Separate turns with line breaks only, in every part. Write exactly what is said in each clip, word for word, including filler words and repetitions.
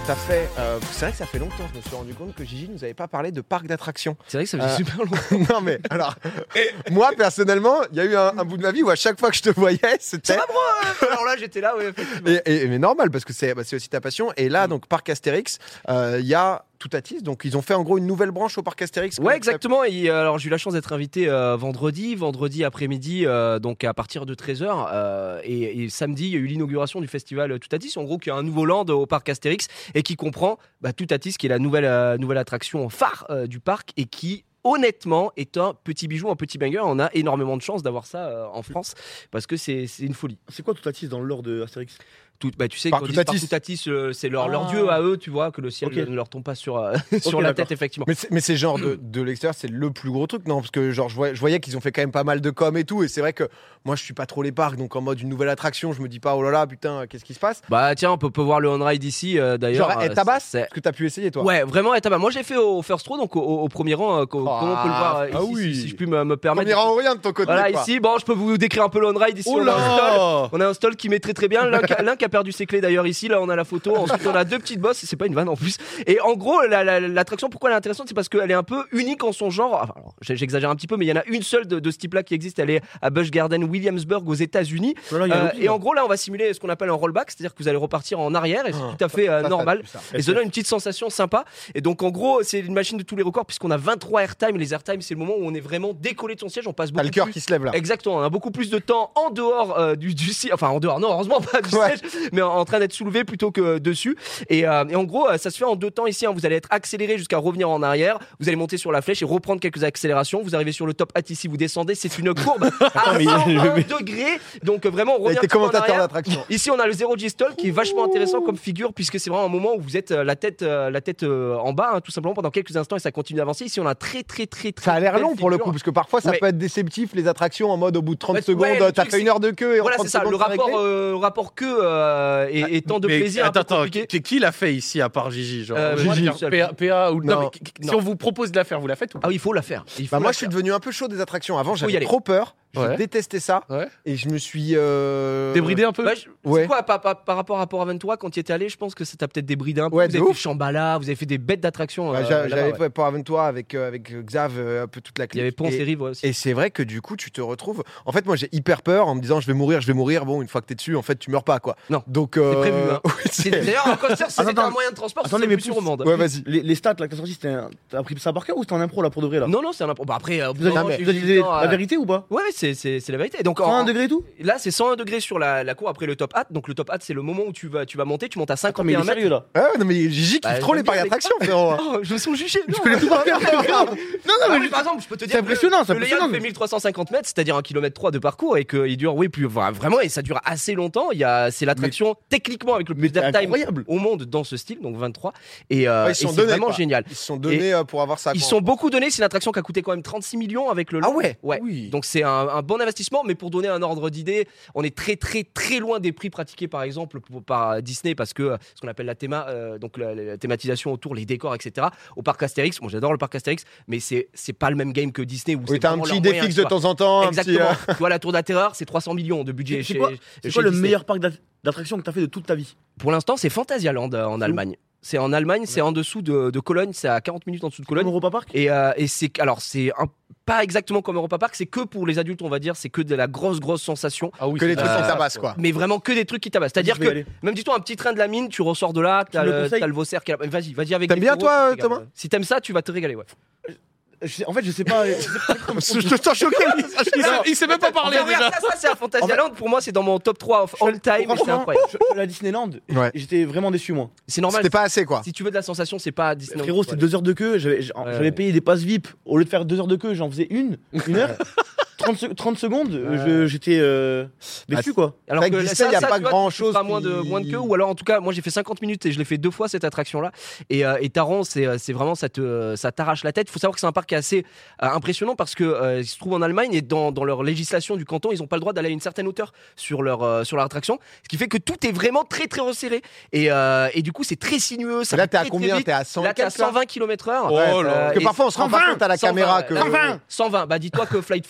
t'as fait. Euh, c'est vrai que ça fait longtemps, je me suis rendu compte que Gigi nous avait pas parlé de parc d'attractions.
C'est vrai que ça fait
Euh,
super longtemps.
Non, mais alors, moi personnellement, il y a eu un, un bout de ma vie où à chaque fois que je te voyais, c'était.
Ça va, bro. Alors là, j'étais là, oui, effectivement.
Et, et- mais normal, parce que c'est bah, c'est aussi ta passion. Et là, donc, parc Astérix, euh, il y a Toutatis. Donc, ils ont fait en gros une nouvelle branche au parc Astérix.
Ouais, exactement. Et, euh, alors, j'ai eu la chance d'être invité euh, vendredi, vendredi après-midi, euh, donc à partir de treize heures. Euh, et, et samedi, il y a eu l'inauguration du festival Toutatis, en gros, qui est un nouveau land au parc Astérix et qui comprend bah, Toutatis, qui est la nouvelle, euh, nouvelle attraction phare euh, du parc et qui, honnêtement, est un petit bijou, un petit banger. On a énormément de chance d'avoir ça euh, en France parce que c'est c'est une folie.
C'est quoi Toutatis dans le lore de Astérix?
Tout, bah, tu sais,
Par
quand ils disent
Toutatis.
par Toutatis, euh, c'est leur, leur
Ah.
dieu à eux, tu vois, que le ciel
Ok.
ne leur tombe pas sur, euh, sur
Ok,
la
d'accord.
tête, effectivement.
Mais c'est, mais c'est genre de, de l'extérieur, c'est le plus gros truc, non? Parce que genre, je voyais, je voyais qu'ils ont fait quand même pas mal de com et tout. Et c'est vrai que moi, je suis pas trop les parcs. Donc, en mode une nouvelle attraction, je me dis pas, oh là là, putain, qu'est-ce qui se passe?
Bah tiens, on peut, peut voir le on-ride ici, euh, d'ailleurs.
Genre,
euh,
et tabasse?
c'est-
Est-ce que t'as pu essayer, toi?
Ouais, vraiment, et tabac. Moi, j'ai fait au first row, donc au, au premier rang, euh, co-
Ah,
comme on peut le voir euh,
ah
ici,
oui.
si, si je puis me, me permettre.
On ira en rien de ton côté.
Voilà,
quoi.
ici, bon, je peux vous décrire un peu le on-ride. Ici,
Oh
on a un stall.
là
On a un stall qui met très très bien. L'un qui a- l'un qui a perdu ses clés d'ailleurs ici. Là, on a la photo. Ensuite, on a deux petites bosses. C'est pas une vanne en plus. Et en gros, la- la- l'attraction, pourquoi elle est intéressante, c'est parce qu'elle est un peu unique en son genre. Enfin, alors, j'ai- j'exagère un petit peu, mais il y en a une seule de, de ce type-là qui existe. Elle est à Busch Garden, Williamsburg, aux États-Unis.
Oh là là, il y a
Euh,
Loki,
et
là.
en gros, là, on va simuler ce qu'on appelle un rollback, c'est-à-dire que vous allez repartir en arrière et c'est
Ah,
tout à fait euh,
Ça, ça,
normal.
ça,
Et ça donne une petite sensation sympa. Et donc, en gros, c'est une machine de tous les records puisqu'on a vingt-trois airtime. Les airtime, c'est le moment où on est vraiment décollé de son siège. On passe
T'as
beaucoup
le cœur
plus.
qui se lève là.
Exactement, on a beaucoup plus de temps en dehors euh, du, du siège, enfin en dehors, non, heureusement pas du
Ouais.
siège, mais en, en train d'être soulevé plutôt que dessus. Et, euh, et en gros, euh, ça se fait en deux temps ici. Hein. Vous allez être accéléré jusqu'à revenir en arrière. Vous allez monter sur la flèche et reprendre quelques accélérations. Vous arrivez sur le top hat ici, vous descendez. C'est une courbe à
mais-
cent un degrés. Donc euh, vraiment, on
Et
revient
t'es
un petit peu en
commentateur
arrière.
d'attraction.
Ici, on a le zéro G stall qui est vachement intéressant comme figure puisque c'est vraiment un moment où vous êtes euh, la tête, euh, la tête euh, en bas, hein, tout simplement pendant quelques instants et ça continue d'avancer. Ici, on a un très très très très.
Ça a l'air
belle
long pour le
figure.
coup, parce que parfois ça
Ouais.
peut être déceptif les attractions en mode au bout de trente
Ouais,
secondes,
ouais, le
t'as
truc,
fait une
c'est-
heure de queue et
Voilà,
en
c'est
trente
ça. Le
secondes, c'est
rapport,
réglé.
euh, rapport que euh, et, et temps de
Mais
plaisir. un peu
Attends, attends,
compliqué.
qui, qui l'a fait ici à part Gigi genre,
Euh,
je veux
moi,
dire,
tout seul.
P A, P A ou non,
Non.
mais qui- qui- si
Non.
on vous propose de la faire, vous la faites ou pas?
Ah oui, il faut la faire. Il faut
Bah,
la
moi je suis
faire.
devenu un peu chaud des attractions. Avant
y
j'avais
aller.
trop peur, je
Ouais.
détestais ça
Ouais.
et je me suis. euh,
Débridé un peu.
Ouais, je-
Ouais.
C'est quoi par, par- par rapport à Port Aventura quand tu y étais allé? Je pense que ça t'a peut-être débridé un peu.
Ouais,
vous
de
avez
ouf.
fait Shambhala, vous avez fait des bêtes d'attractions.
Bah,
euh,
j'a-
là-bas,
J'avais
ouais.
fait Port Aventura avec, euh, avec Xav, euh, un peu toute la
Il y avait
clique.
Ponce et
Et,
Rive ouais, aussi.
et c'est vrai que du coup tu te retrouves. En fait, moi j'ai hyper peur en me disant je vais mourir, je vais mourir. Bon, une fois que t'es dessus, en fait tu meurs pas quoi.
Non.
Donc. euh,
C'est prévu, hein.
oui,
C'est-
c'est-
D'ailleurs, un coaster, c'est
Attends,
un moyen de transport.
attendez,
c'est
mais
plus
plus-
au monde.
Ouais, vas-y.
Les, les stats là que t'as sorti, c'était un- t'as appris ça par cœur ou c'était un impro là pour de vrai là?
Non, non, c'est un impro. Bah après, euh,
Vous avez,
vraiment,
mais-
j'ai
vous avez
eu
dit
du temps,
la
euh,
vérité ou pas?
Ouais, ouais, c'est c'est- c'est la vérité. Donc,
cent un
en-
degrés et tout?
là, c'est cent un degrés sur la, la cour après le top hat. Donc, le top hat, c'est le moment où tu vas, tu vas monter. Tu montes à
Attends, mais il
cinquante et un
est
mètres.
sérieux là.
Ah ouais, non mais Gigi kiffe
Bah,
trop les
j'aime
parcs
bien les
d'attractions, frérot.
Oh, je me sens jugé.
Je connais tout par cœur. Non,
Ah
non,
oui,
mais
par exemple, je peux te dire
c'est
que
impressionnant, c'est
le layout
impressionnant.
fait mille trois cent cinquante mètres, c'est-à-dire un kilomètre trois de parcours et qu'il dure, oui, plus enfin, vraiment, et ça dure assez longtemps. Il y a, c'est l'attraction techniquement avec le plus
mais c'est
d'airtime
incroyable.
au monde dans ce style, donc vingt-trois. Et, euh,
Ouais, ils
et
se sont
c'est
donnés,
vraiment
quoi.
génial.
Ils se sont donnés euh, pour avoir ça.
Ils
quoi.
sont beaucoup donnés. C'est une attraction qui a coûté quand même trente-six millions avec le
Ah
lot.
ouais.
Ouais.
Oui.
Donc c'est un, un bon investissement, mais pour donner un ordre d'idée, on est très très très loin des prix pratiqués par exemple pour- par Disney parce que euh, ce qu'on appelle la théma, euh, donc la, la thématisation autour, les décors, et cetera. Au parc Astérix, moi j'adore le parc Astérix, mais c'est c'est pas le même game que Disney où
Oui,
c'est
t'as un
vraiment
petit
leurs
idée
moyens,
fixe
tu
de
vois.
temps en temps. un
Exactement.
petit, euh,
Tu vois, la Tour de la Terreur, c'est trois cents millions de budget.
C'est
chez,
quoi,
chez
c'est quoi le
Disney.
meilleur parc d'att- d'attractions que t'as fait de toute ta vie?
Pour l'instant, c'est Phantasialand euh, en
C'est où?
Allemagne. C'est en Allemagne, c'est en dessous de, de Cologne, c'est à quarante minutes en dessous de
Comme
Cologne.
Europa Park?
Et, euh, et c'est alors c'est un- pas exactement comme Europa Park, c'est que pour les adultes on va dire, c'est que de la grosse grosse sensation,
Ah oui,
Que les
c'est-
trucs qui
Euh,
tabassent quoi.
mais vraiment que des trucs qui tabassent. C'est-à-dire
Je vais
que
y aller.
même dis-toi un petit train de la mine, tu ressors de là, t'as
me le
le,
conseilles
t'as le Vaussaire qui est là. Vas-y, vas-y avec.
T'aimes
des
bien,
taureaux,
toi,
tu te régales.
Thomas
Si t'aimes ça, tu vas te régaler, ouais.
Je sais- En fait, je sais pas. je sais pas comment-
Je te sens choqué.
Il sait- il sait même pas parler
Mais regarde,
déjà.
ça, ça c'est à Phantasialand. Pour moi, c'est dans mon top trois of all time. et C'est
Franchement,
incroyable.
je je suis allé à Disneyland et
Ouais.
j'étais vraiment déçu moi.
C'est normal.
C'était pas assez quoi.
Si tu veux de la sensation, c'est pas Disney.
Frérot, c'était deux heures de queue. J'avais j'avais
ouais.
payé des passes V I P. Au lieu de faire deux heures de queue, j'en faisais une, une heure. trente, se- trente secondes, je- j'étais euh, déçu quoi.
Alors
Avec
que
Disney,
ça,
y a
ça,
pas
tu vois,
grand-chose
tu feras moins de
qui-
moins de queue, ou alors en tout cas, moi j'ai fait cinquante minutes et je l'ai fait deux fois cette attraction là. Et, euh, et Taron, c'est euh, c'est vraiment ça te ça t'arrache la tête. Il faut savoir que c'est un parc qui est assez euh, impressionnant parce que euh, il se trouve en Allemagne et dans, dans leur législation du canton, ils n'ont pas le droit d'aller à une certaine hauteur sur leur euh, sur leur attraction, ce qui fait que tout est vraiment très très resserré. Et, euh, et du coup, c'est très sinueux. Ça
Là
va
t'es à
très, très
combien?
vite.
T'es à cent
Là, t'es à
quelques, là
cent vingt kilomètres heure.
Oh là là.
Parce que
et
parfois on se rend pas
cent vingt,
compte à la
cent vingt,
caméra
ouais.
que.
cent vingt. cent vingt. Bah dis-toi que Flight Force,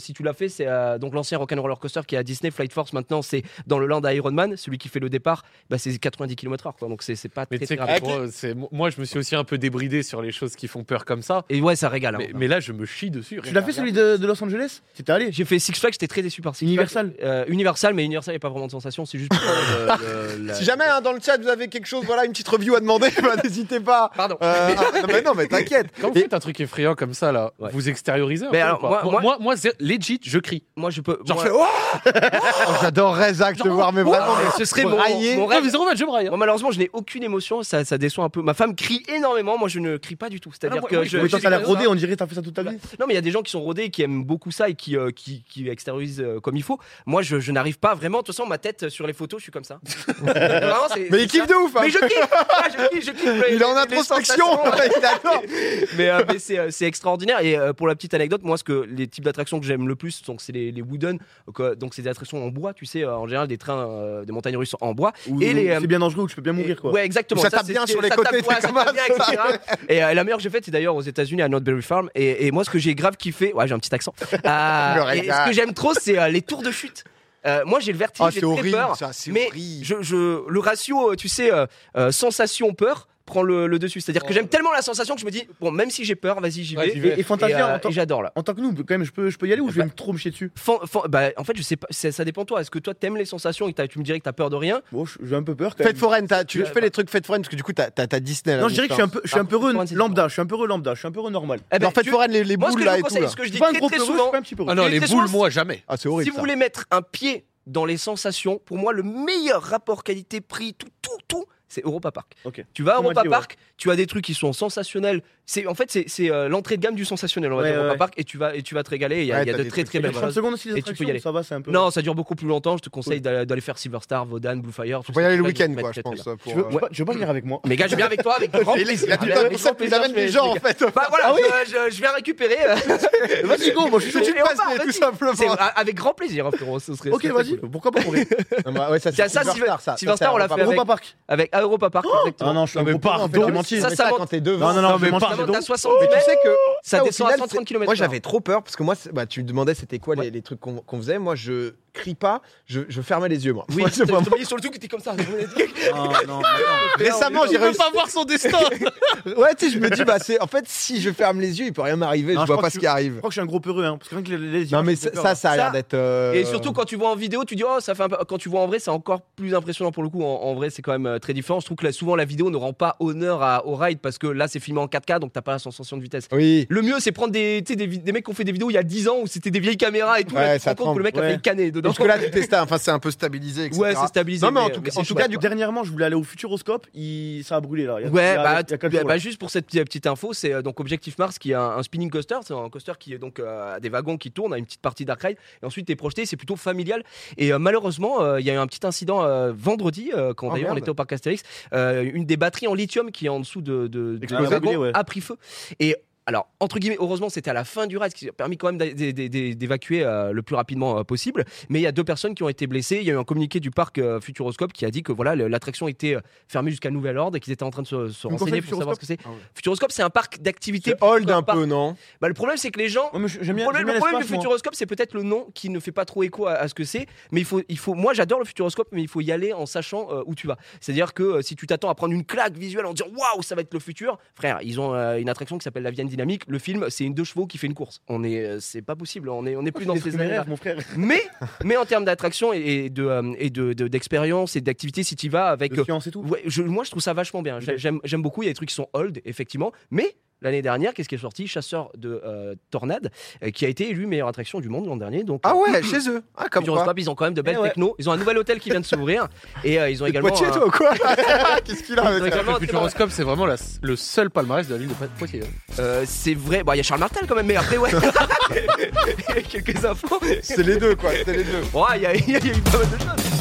si tu l'as fait, c'est euh, donc l'ancien Rock'n'Roller Coaster qui est à Disney, Flight Force maintenant, c'est dans le land à Ironman, celui qui fait le départ, bah, c'est quatre-vingt-dix kilomètres heure, quoi. Donc c'est, c'est pas
Mais
très,
tu sais
très
que
rapide.
moi, c'est- moi, je me suis aussi un peu débridé sur les choses qui font peur comme ça.
Et ouais, ça régale. hein.
Mais, mais là, je me chie dessus.
Tu l'as fait celui de, de Los Angeles? T'étais allé?
J'ai fait Six Flags, j'étais très déçu par Six
Universal.
Flags. Euh, Universal, mais Universal, il n'y a pas vraiment de sensation, c'est juste pour le- le- la-
Si jamais hein, dans le chat vous avez quelque chose, voilà, une petite review à demander, bah, n'hésitez pas.
Pardon.
Euh, ah, non, mais non, mais t'inquiète.
Quand vous
Et-
faites un truc effrayant comme ça, là,
Ouais.
vous extériorisez un
Mais
peu
alors,
ou pas
moi- moi-
moi, moi, c'est legit, je crie.
Moi, je peux.
Genre,
moi-
je fais, oh, Oh, j'adorerais Zach te voir, mais vraiment.
mais
mais
ce serait mon,
brailler.
mon
Non,
rêve.
mais zéro match, je braille. hein.
Moi, malheureusement, je n'ai aucune émotion, ça, ça déçoit un peu. Ma femme crie énormément, moi je ne crie pas du tout. C'est-à-dire
Ah, moi-
que
moi,
je.
Mais toi, t'as l'air
je-
rodé, on dirait que t'as fait ça toute ta vie.
Non, mais il y a des gens qui sont rodés, qui aiment beaucoup ça et qui, euh, qui, qui extériorisent euh, comme il faut. Moi, je, je n'arrive pas vraiment. De toute façon, ma tête sur les photos, je suis comme ça. Vraiment, c'est-
Mais
c'est
il kiffe
ça.
de ouf, hein.
Mais je kiffe, ah, je kiffe, je kiffe. les-
Il est en
les- les
introspection,
sensations.
il adore.
mais, euh, mais c'est, euh, c'est extraordinaire. Et euh, pour la petite anecdote, moi, ce que les types d'attractions que j'aime le plus, donc c'est les, les wooden, donc, euh, donc c'est des attractions en bois, tu sais, euh, en général des trains, euh, des montagnes russes en bois.
Ou-
Et les, euh,
C'est bien dangereux, tu peux bien mourir quoi.
Ouais, exactement.
Ça tape
c'est-
bien
c'est-
sur les
ça
côtés,
tape, ouais,
t'es
ça
comme
tape
un-
bien, et cetera. Et euh, la meilleure que j'ai faite, c'est d'ailleurs aux États-Unis à Notbury Farm. Et, et moi, ce que j'ai grave kiffé, ouais, j'ai un petit accent. Euh,
Le
et
régal.
ce que j'aime trop, c'est euh, les tours de chute. Euh, moi, j'ai le vertige,
Ah,
j'ai
c'est
très
horrible,
peur.
ça, c'est
mais
horrible.
je, je, le ratio, euh, tu sais, euh, euh, sensation-peur prend le, le dessus. C'est-à-dire que j'aime tellement la sensation que je me dis, bon, même si j'ai peur, vas-y, j'y
Ouais,
vais.
j'y vais.
Et, et Fantasia,
Et, euh,
en, tant,
et j'adore là.
en tant que nous, quand même, je peux, je peux y aller ou je vais
Bah-
me trop me chier dessus?
Fan- fan- bah, en fait, je sais pas, ça, ça dépend de toi. Est-ce que toi, t'aimes les sensations et que t'as- tu me dirais que t'as peur de rien?
Bon, je- j'ai un peu peur quand
Fête
même.
foraine, t'as- tu
Ouais,
fais les trucs fête foraine parce que du coup t'as t'as- t'as Disney là.
Non, je dirais que je suis un peu, je suis un peu heureux
Ah, c'est
lambda, je suis un peu heureux lambda, je suis un peu heureux normal.
Eh ben,
Genre fête
tu-
foraine, les, les
moi, ce que
boules
je
là
vous
et tout.
conseille,
Là.
ce que je
Je
dis
suis pas un
très
gros
très
peureux, je
souvent,
suis pas un petit peu heureux.
Ah non,
Et
les
très
boules,
souvent,
moi, jamais.
Ah, c'est
si
horrible.
vous
ça.
voulez mettre un pied dans les sensations, pour moi, le meilleur rapport qualité-prix, tout, tout, tout, c'est Europa Park.
Ok.
Tu vas à
On m'a
Europa
dit, ouais.
Park, tu as des trucs qui sont sensationnels. C'est en fait c'est, c'est euh, l'entrée de gamme du sensationnel. On va
Ouais,
dire
ouais,
Europa
ouais.
Park et tu vas et tu vas te régaler. Il y a,
Ouais,
il y a
t'as
de
des
très
trucs
très
Il y
belles
a trente
choses.
secondes aussi les
Et tu peux y
attractions,
aller.
ça va, c'est un peu.
Non, ça dure beaucoup plus longtemps. Je te conseille
Cool.
d'aller, d'aller faire Silver Star, Vodan, Blue Fire.
Faut y aller le
Tout ça,
week-end
ça
quoi,
va
je
être très,
pense.
très
pour,
Tu veux,
euh,
tu veux pas- tu veux pas venir avec moi?
bien. Mais gars, je viens avec toi avec grand
Il
plaisir.
a tout
Avec
un
grand
concept, il
plaisir,
amène
je vais-
des gens en
je-
fait.
Bah voilà, je, je- je viens récupérer. euh,
Vas-y, go, moi je suis
Que
chaud.
tu
Et
te
on
passes,
part,
mais tout
vas-y.
simplement.
c'est- avec grand plaisir, hein, frérot. Ce serait,
Ok,
ce serait
vas-y,
cool.
pourquoi pas pour vrai?
Non, bah, ouais, ça,
Tiens,
c'est
ça,
Silver
Silver-
Star, ça.
Silver
Ça,
Star,
c'est
on l'a
Europa
fait
Park.
Europa Park.
Avec à Europa Park. exactement.
Ah non, je suis un
Non, mais
gros
pardon,
peu, en fait,
Tu
tu
menti.
ça,
Mais
ça
ça,
monte-
quand t'es devant.
Non, non, non,
Non, mais
je mange
pardon.
des
Ça monte
dons.
à soixante-dix
Mais tu
mètres.
sais que
Ça
au
descend à
final,
cent trente
c'est-
kilomètres
Moi,
heure.
j'avais trop peur parce que moi, c'est- bah, tu me demandais c'était quoi
Ouais.
les, les trucs qu'on qu'on faisait. Moi, je crie pas, je, je fermais les yeux, moi.
Oui,
Moi,
je
c'est pas-
t'ai mis sur le truc, t'es comme ça.
Non, non, non.
Récemment, j'ai
Il peut
réussi.
pas voir son destin.
Ouais, tu sais, je me dis, bah, c'est en fait, si je ferme les yeux, il peut rien m'arriver.
Non,
Je
je
vois
crois
pas
que
ce
tu-
qui
Je
arrive.
crois que je suis un gros peureux, hein. Parce que rien que les, les
Non, mais
images,
ça,
me fait
ça,
peur.
ça a l'air
Ça-
d'être. euh,
Et surtout quand tu vois en vidéo, tu dis oh ça fait un peu. Quand tu vois en vrai, c'est encore plus impressionnant pour le coup. En, en vrai, c'est quand même euh, très différent. Je trouve que là, souvent la vidéo ne rend pas honneur à, au ride parce que là c'est filmé en quatre K, donc t'as pas la sensation de vitesse.
Oui.
Le mieux, c'est prendre des, tu sais, des, vi- des mecs qui ont fait des vidéos il y a dix ans où c'était des vieilles caméras et tout.
Ouais,
Là, tu te
ça
rends compte
tremble.
que le mec a
Ouais.
fait une canée dedans.
Parce que là, tout est sta- enfin, c'est un peu stabilisé, et cetera.
Ouais, c'est stabilisé.
Non, mais en
mais-
tout
mais
cas- en
c'est
tout
chouette,
cas, du
quoi.
Dernièrement, je voulais aller au Futuroscope, il... ça a brûlé là. Il y a- il y
Ouais,
a-
bah,
il y a quelques
bah,
jours,
bah,
là.
juste pour cette petite, petite info, c'est euh, donc Objectif Mars qui est un, un spinning coaster, c'est un coaster qui est donc euh, a des wagons qui tournent, a une petite partie dark ride et ensuite t'es projeté, c'est plutôt familial. Et euh, malheureusement, euh, il y a eu un petit incident euh, vendredi euh, quand
Oh,
d'ailleurs on
merde.
était au parc Astérix, euh, une des batteries en lithium qui est en dessous de, de, du
Ah,
wagon
ouais.
a pris feu. Et alors, entre guillemets, heureusement, c'était à la fin du ride, ce qui a permis quand même d'a- d'a- d'a- d'évacuer euh, le plus rapidement euh, possible. Mais il y a deux personnes qui ont été blessées. Il y a eu un communiqué du parc euh, Futuroscope qui a dit que voilà, le- l'attraction était euh, fermée jusqu'à nouvel ordre et qu'ils étaient en train de se, se
Tu me
renseigner
conseilles
pour savoir ce que c'est.
Ah ouais.
Futuroscope, c'est un parc d'activités.
C'est hold
plutôt
un
parc.
peu, non?
Bah, le problème, c'est que les gens.
Ouais, mais je- j'aime
Le
bien-
problème,
j'aime
le
bien
problème du
l'espace, moi.
Futuroscope, c'est peut-être le nom qui ne fait pas trop écho à, à ce que c'est. Mais il faut, il faut. Moi, j'adore le Futuroscope, mais il faut y aller en sachant euh, où tu vas. C'est-à-dire que euh, si tu t'attends à prendre une claque visuelle en disant waouh, ça va être le futur, frère, ils ont euh, une attraction qui s'appelle la Vienne Dynamique. Le film, c'est une deux chevaux qui fait une course. On est, euh, c'est pas possible. On est, on est plus dans
C'est
ces
mes
années-là.
rêves, mon frère.
Mais, mais en termes d'attraction et, et de, euh, et de, de- d'expérience et d'activité, si tu y vas avec
De science et tout.
ouais, je- moi, je trouve ça vachement bien. J'ai- J'aime, j'aime beaucoup. Il y a des trucs qui sont old, effectivement. Mais l'année dernière, qu'est-ce qui est sorti? Chasseur de euh, tornades, euh, qui a été élu meilleure attraction du monde l'an dernier. Donc,
Ah
euh,
ouais, chez eux. Ah, comme quoi.
Futuroscope, ils ont quand même de belles
Eh ouais.
techno. Ils ont un nouvel hôtel qui vient de s'ouvrir. Et euh, ils ont
T'es de
également.
Poitiers,
un-
toi, ou quoi? Qu'est-ce qu'il a
Ils ont
avec ça?
également un
Le
très
Futuroscope, c'est vraiment la- le seul palmarès de la ville de Poitiers. hein.
Euh, c'est vrai. Bon, il y a Charles Martel quand même, mais après, ouais. Il y a quelques infos.
C'est les deux, quoi. C'est les deux.
Ouais, il y, a- il y a eu pas mal de choses.